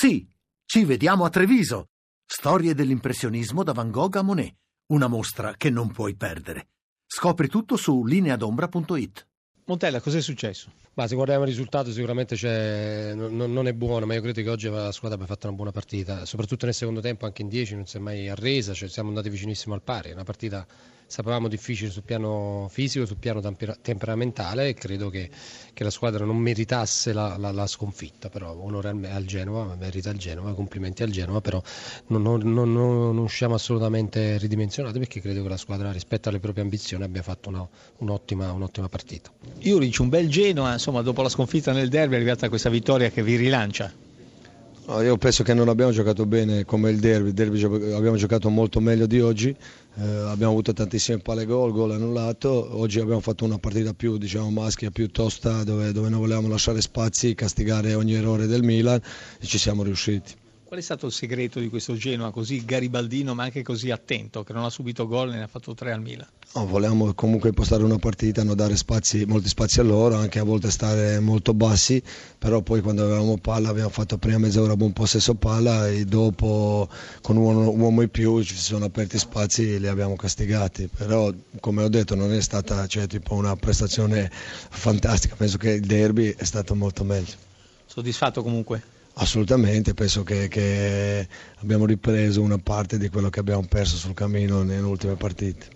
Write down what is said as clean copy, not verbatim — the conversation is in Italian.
Sì, ci vediamo a Treviso. Storie dell'impressionismo da Van Gogh a Monet. Una mostra che non puoi perdere. Scopri tutto su lineadombra.it. Montella, cos'è successo? Ma se guardiamo il risultato sicuramente non è buono, ma io credo che oggi la squadra abbia fatto una buona partita, soprattutto nel secondo tempo, anche in 10 non si è mai arresa, cioè siamo andati vicinissimo al pari, è una partita sapevamo difficile sul piano fisico, sul piano temperamentale, e credo che la squadra non meritasse la sconfitta, però onore al Genova, merita il Genova, complimenti al Genova, però non usciamo assolutamente ridimensionati, perché credo che la squadra rispetto alle proprie ambizioni abbia fatto un'ottima partita. Juric, un bel Genoa, insomma, dopo la sconfitta nel derby è arrivata questa vittoria che vi rilancia. Io penso che non abbiamo giocato bene come il derby abbiamo giocato molto meglio di oggi, abbiamo avuto tantissime palle gol annullato, oggi abbiamo fatto una partita più maschia, più tosta, dove non volevamo lasciare spazi, castigare ogni errore del Milan e ci siamo riusciti. Qual è stato il segreto di questo Genoa così garibaldino ma anche così attento, che non ha subito gol e ne ha fatto 3 al Milan? Volevamo comunque impostare una partita, non dare molti spazi a loro, anche a volte stare molto bassi, però poi quando avevamo palla abbiamo fatto prima mezz'ora buon possesso palla e dopo con un uomo in più ci sono aperti spazi e li abbiamo castigati, però come ho detto non è stata una prestazione fantastica, penso che il derby è stato molto meglio. Soddisfatto comunque? Assolutamente, penso che abbiamo ripreso una parte di quello che abbiamo perso sul cammino nelle ultime partite.